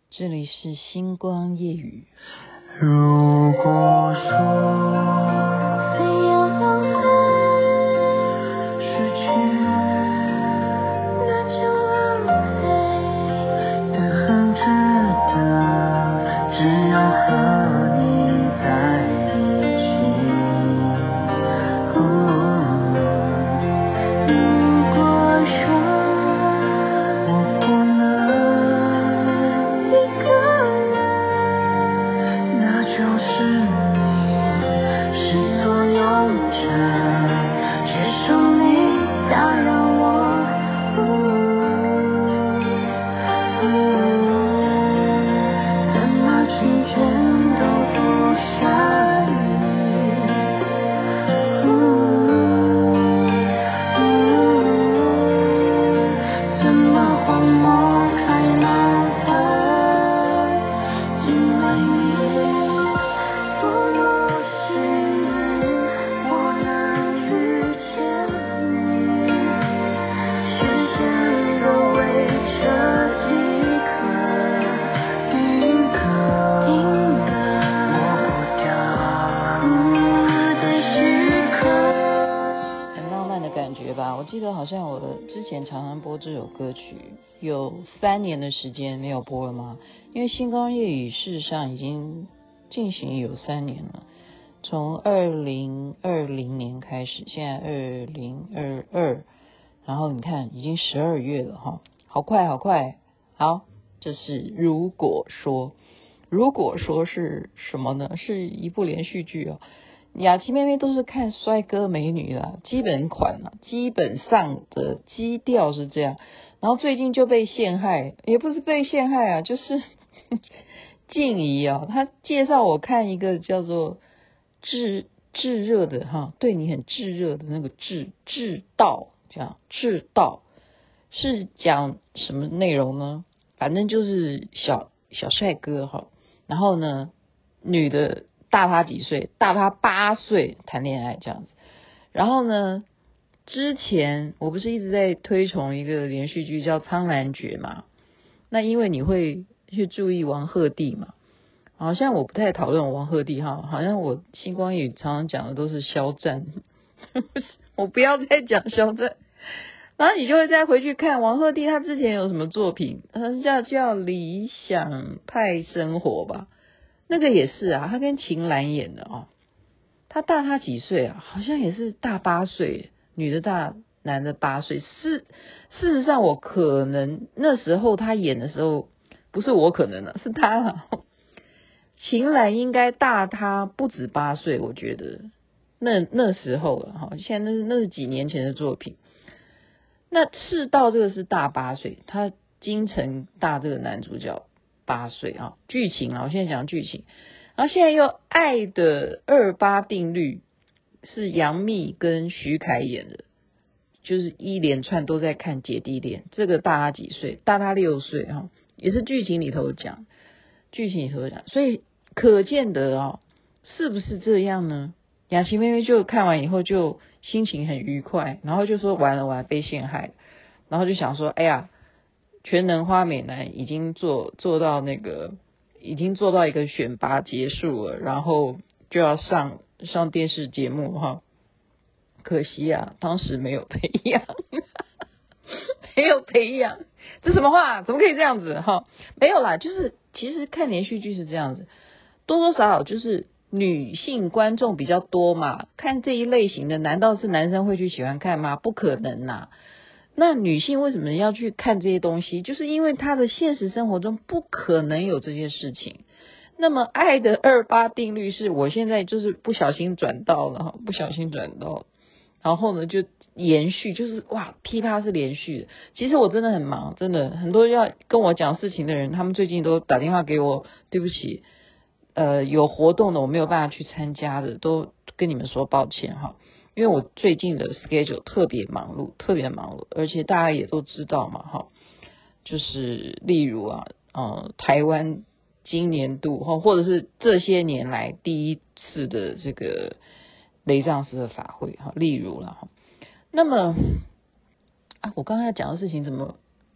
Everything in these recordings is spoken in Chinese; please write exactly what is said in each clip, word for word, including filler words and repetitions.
这里是星光夜语。 如果说非要浪费失去， 那就浪费， 但很值得，只要和你在一起。 如果说我不能一个人， 那就是你是所有者，接受你打扰我， 怎么今天都不下雨，怎么荒漠还浪费，因为你不若幸运，我能遇见你，时间都为这一刻定格， 定格抹不掉的时刻。 很浪漫的感觉吧。我记得好像我的之前常常播这首歌曲，有三年的时间没有播了吗？因为星光夜语事实上已经进行有三年了，从二零二零年开始，现在二零二二，然后你看已经十二月了哈，好快好快。好，这是如果说，如果说是什么呢？是一部连续剧哦。雅琪妹妹都是看帅哥美女啦，基本款啦，基本上的基调是这样。然后最近就被陷害，也不是被陷害啊，就是静怡啊，她介绍我看一个叫做炙炙热的哈，对你很炙热的那个炙炙道，这样炙道是讲什么内容呢？反正就是小小帅哥哈，然后呢，女的大他几岁，大他八岁谈恋爱这样子。然后呢，之前我不是一直在推崇一个连续剧叫《苍兰诀》嘛？那因为你会去注意王鹤棣嘛，好像我不太讨论王鹤棣哈，好像我星光语常常讲的都是肖战，我不要再讲肖战。然后你就会再回去看王鹤棣他之前有什么作品，他叫叫理想派生活吧，那个也是啊，他跟秦岚演的哦。他大他几岁啊？好像也是大八岁，女的大，男的八岁。是事实上，我可能那时候他演的时候，不是我可能啊，是他啊。秦岚应该大他不止八岁，我觉得那那时候了哈。现在那是那是几年前的作品。那赤道这个是大八岁，他金城大这个男主角八岁啊。剧情啊，我现在讲剧情。然后现在又爱的二八定律是杨幂跟徐凯演的，就是一连串都在看姐弟恋。这个大他几岁？大他六岁哈，也是剧情里头讲，剧情里头讲，所以可见得哦，是不是这样呢？雅琪妹妹就看完以后就心情很愉快，然后就说完了，我还被陷害，然后就想说，哎呀，全能花美男已经做做到那个。已经做到一个选拔结束了，然后就要上上电视节目哈，可惜啊，当时没有培养，没有培养，这什么话？怎么可以这样子哈？没有啦，就是其实看连续剧是这样子，多多少少就是女性观众比较多嘛，看这一类型的，难道是男生会去喜欢看吗？不可能呐、啊。那女性为什么要去看这些东西？就是因为她的现实生活中不可能有这些事情。那么爱的二八定律是我现在就是不小心转到了，不小心转到，然后呢就延续，就是哇噼啪是连续的。其实我真的很忙，真的很多要跟我讲事情的人，他们最近都打电话给我，对不起，呃有活动的我没有办法去参加的，都跟你们说抱歉哈。因为我最近的 schedule 特别忙碌，特别忙碌，而且大家也都知道嘛，哈，就是例如啊，呃，台湾今年度哈，或者是这些年来第一次的这个雷藏寺的法会哈，例如了哈。那么啊，我刚才讲的事情怎么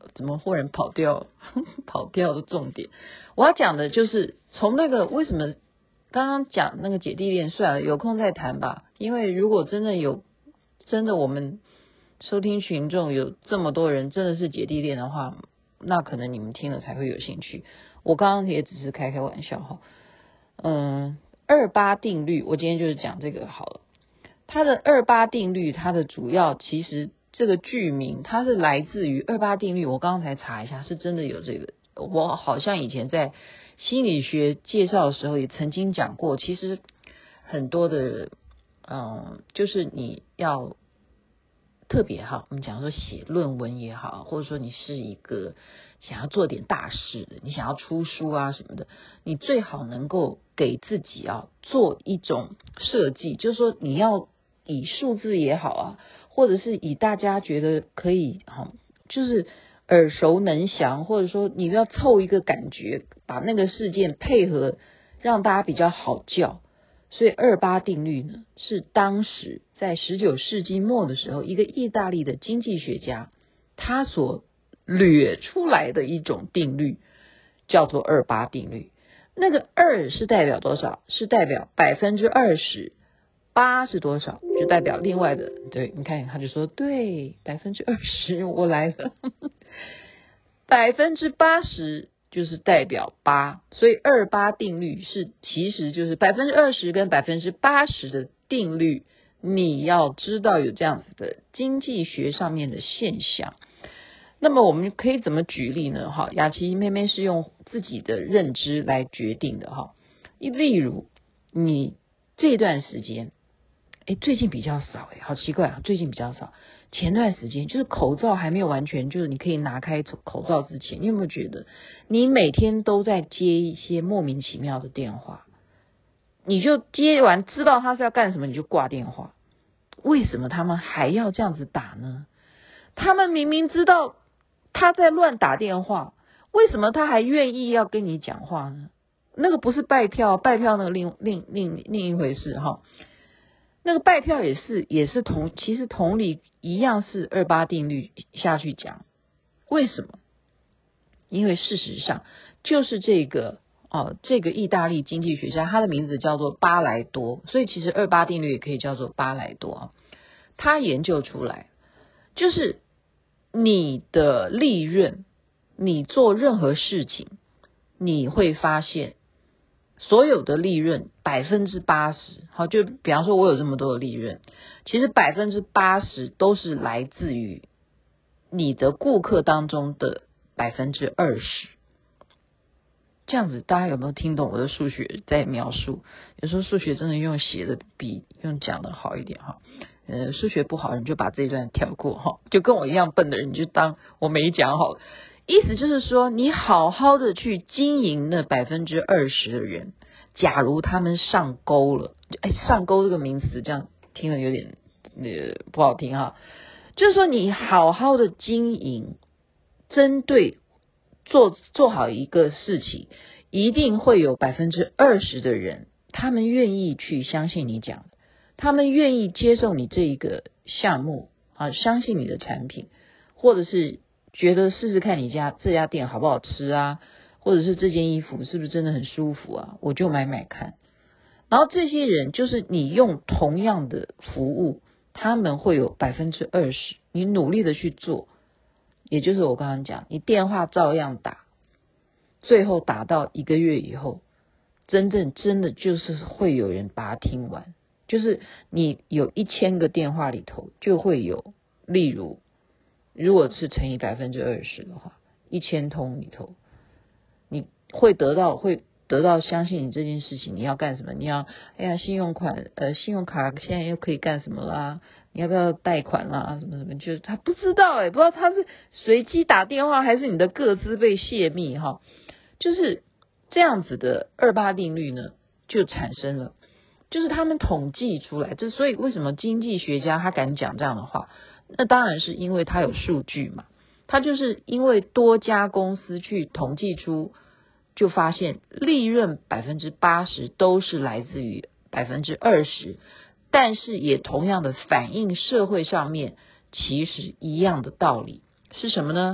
怎么忽然跑掉跑掉的重点？我要讲的就是从那个为什么刚刚讲那个姐弟恋，算了，有空再谈吧。因为如果真的有真的我们收听群众有这么多人真的是姐弟恋的话，那可能你们听了才会有兴趣。我刚刚也只是开开玩笑哈。嗯，二八定律，我今天就是讲这个好了。它的二八定律，它的主要其实这个剧名它是来自于二八定律，我刚才查一下是真的有这个，我好像以前在心理学介绍的时候也曾经讲过，其实很多的嗯，就是你要特别好，我们讲说写论文也好，或者说你是一个想要做点大事的，你想要出书啊什么的，你最好能够给自己啊做一种设计，就是说你要以数字也好啊，或者是以大家觉得可以哈，就是耳熟能详，或者说你要凑一个感觉，把那个事件配合，让大家比较好叫。所以二八定律呢，是当时在十九世纪末的时候，一个意大利的经济学家他所掠出来的一种定律，叫做二八定律。那个二是代表多少？是代表百分之二十。八是多少？就代表另外的，对，你看他就说对，百分之二十，我来了，百分之八十就是代表八，所以二八定律是其实就是百分之二十跟百分之八十的定律，你要知道有这样子的经济学上面的现象。那么我们可以怎么举例呢？哈，雅琪妹妹是用自己的认知来决定的哈。例如你这段时间。哎，最近比较少哎，好奇怪啊！最近比较少。前段时间就是口罩还没有完全，就是你可以拿开口罩之前，你有没有觉得你每天都在接一些莫名其妙的电话？你就接完知道他是要干什么，你就挂电话。为什么他们还要这样子打呢？他们明明知道他在乱打电话，为什么他还愿意要跟你讲话呢？那个不是拜票，拜票那个另另另另一回事哈。那个拜票也是也是同其实同理一样是二八定律下去讲，为什么？因为事实上就是这个哦，这个意大利经济学家他的名字叫做巴莱多，所以其实二八定律也可以叫做巴莱多啊。他研究出来，就是你的利润，你做任何事情，你会发现。所有的利润百分之八十，好，就比方说我有这么多的利润，其实百分之八十都是来自于你的顾客当中的百分之二十。这样子大家有没有听懂我的数学在描述？有时候数学真的用写的比用讲的好一点哈。呃，数学不好的人就把这一段跳过哈，就跟我一样笨的人你就当我没讲好了。意思就是说，你好好的去经营那百分之二十的人，假如他们上钩了，哎，上钩这个名词这样听了有点呃不好听哈，就是说你好好的经营，针对做做好一个事情，一定会有百分之二十的人，他们愿意去相信你讲的，他们愿意接受你这一个项目啊，相信你的产品，或者是。觉得试试看你家这家店好不好吃啊，或者是这件衣服是不是真的很舒服啊，我就买买看。然后这些人就是你用同样的服务，他们会有百分之二十，你努力的去做，也就是我刚刚讲，你电话照样打，最后打到一个月以后，真正真的就是会有人把它听完，就是你有一千个电话里头就会有，例如。如果是乘以百分之二十的话，一千通里头，你会得到会得到相信你这件事情，你要干什么？你要哎呀，信用款呃，信用卡现在又可以干什么啦？你要不要贷款啦？什么什么？就是他不知道哎、欸，不知道他是随机打电话还是你的个资被泄密哈，就是这样子的二八定律呢，就产生了，就是他们统计出来，这所以为什么经济学家他敢讲这样的话？那当然是因为他有数据嘛，他就是因为多家公司去统计出，就发现利润百分之八十都是来自于百分之二十，但是也同样的反映社会上面其实一样的道理是什么呢？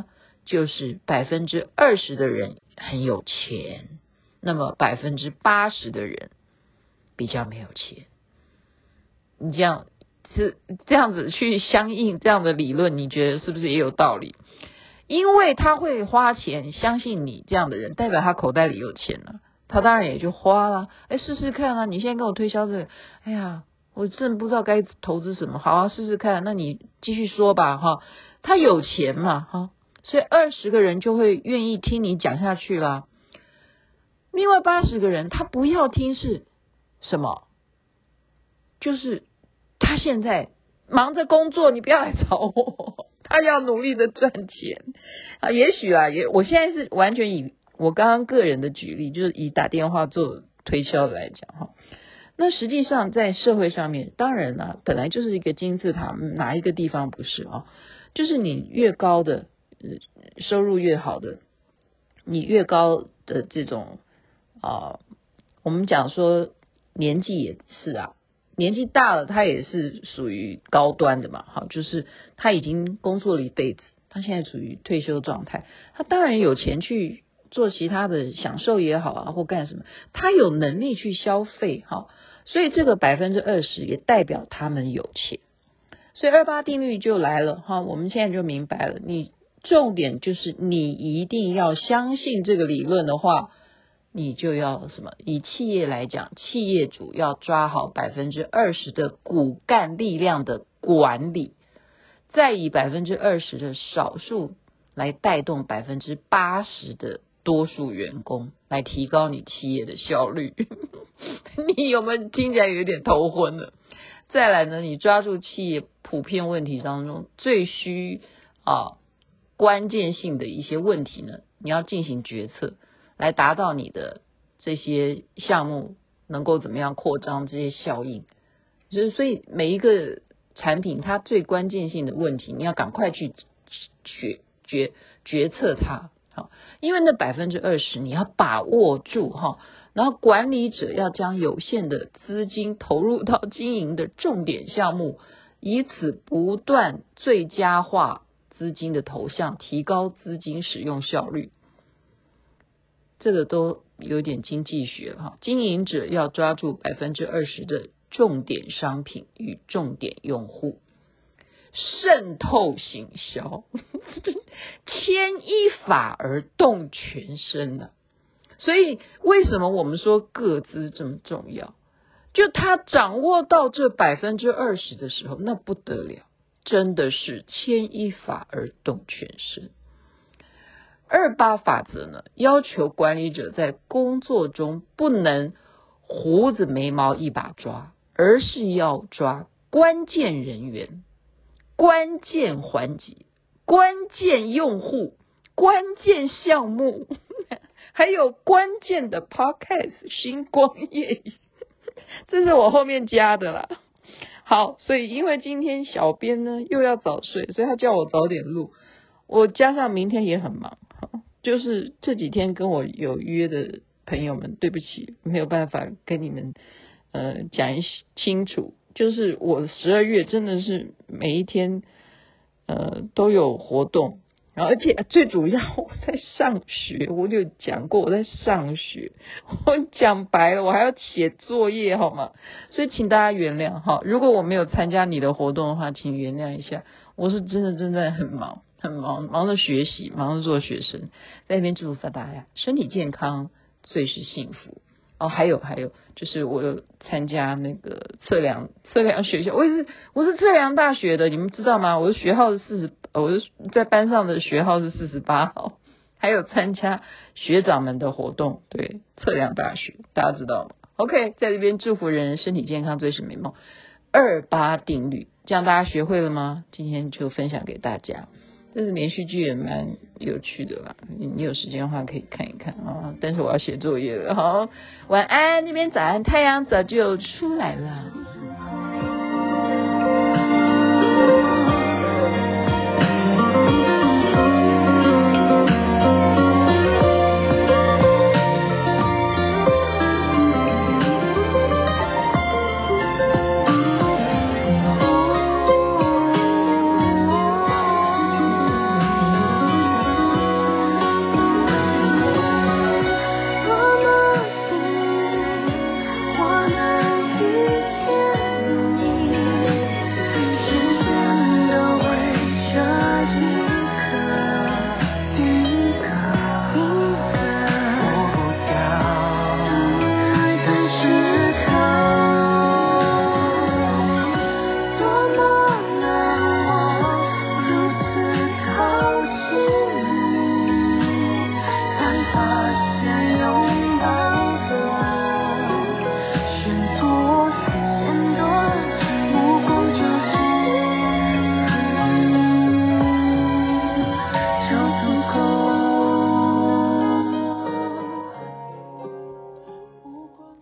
就是百分之二十的人很有钱，那么百分之八十的人比较没有钱。你这样是这样子去相应这样的理论，你觉得是不是也有道理？因为他会花钱，相信你这样的人，代表他口袋里有钱了，他当然也就花了。哎，试试看啊！你现在跟我推销这个，哎呀，我真不知道该投资什么。好啊，试试看。那你继续说吧，哈。他有钱嘛，哈，所以二十个人就会愿意听你讲下去啦。另外八十个人，他不要听是什么？就是他现在忙着工作，你不要来找我。他要努力的赚钱啊，也许啦，也我现在是完全以我刚刚个人的举例，就是以打电话做推销的来讲哈。那实际上在社会上面，当然啦，本来就是一个金字塔，哪一个地方不是啊？就是你越高的收入越好的，你越高的这种啊，我们讲说年纪也是啊。年纪大了，他也是属于高端的嘛，好，就是他已经工作了一辈子，他现在处于退休状态，他当然有钱去做其他的享受也好啊，或干什么，他有能力去消费，哈，所以这个百分之二十也代表他们有钱，所以二八定律就来了，哈，我们现在就明白了，你重点就是你一定要相信这个理论的话。你就要什么？以企业来讲，企业主要抓好百分之二十的骨干力量的管理，再以百分之二十的少数来带动百分之八十的多数员工，来提高你企业的效率。你有没有听起来有点头昏了？再来呢，你抓住企业普遍问题当中最需啊关键性的一些问题呢，你要进行决策。来达到你的这些项目能够怎么样扩张这些效应，就是所以每一个产品它最关键性的问题，你要赶快去决决决策它，好，因为那百分之二十你要把握住哈，然后管理者要将有限的资金投入到经营的重点项目，以此不断最佳化资金的投向，提高资金使用效率。这个都有点经济学哈，经营者要抓住百分之二十的重点商品与重点用户，渗透行销，牵一发而动全身啊！所以为什么我们说个资这么重要？就他掌握到这百分之二十的时候，那不得了，真的是牵一发而动全身。二八法则呢，要求管理者在工作中不能胡子眉毛一把抓，而是要抓关键人员、关键环节、关键用户、关键项目，还有关键的 podcast 星光夜语，这是我后面加的啦。好，所以因为今天小编呢又要早睡，所以他叫我早点录，我加上明天也很忙。就是这几天跟我有约的朋友们，对不起，没有办法跟你们呃讲一清楚。就是我十二月真的是每一天呃都有活动，然后而且最主要我在上学，我就讲过我在上学，我讲白了我还要写作业好吗？所以请大家原谅哈，如果我没有参加你的活动的话，请原谅一下，我是真的真的很忙。很忙，忙着学习，忙着做学生，在那边祝福大家身体健康，最是幸福。哦，还有还有，就是我有参加那个测量测量学校，我也是我是测量大学的，你们知道吗？我的学号是四十，我是在班上的学号是四十八号。还有参加学长们的活动，对，测量大学，大家知道吗 ？OK， 在这边祝福人人身体健康，最是美梦。二八定律，这样大家学会了吗？今天就分享给大家。这是连续剧也蛮有趣的啦，你你有时间的话可以看一看啊。但是我要写作业了，好，晚安，那边早安，太阳早就出来了。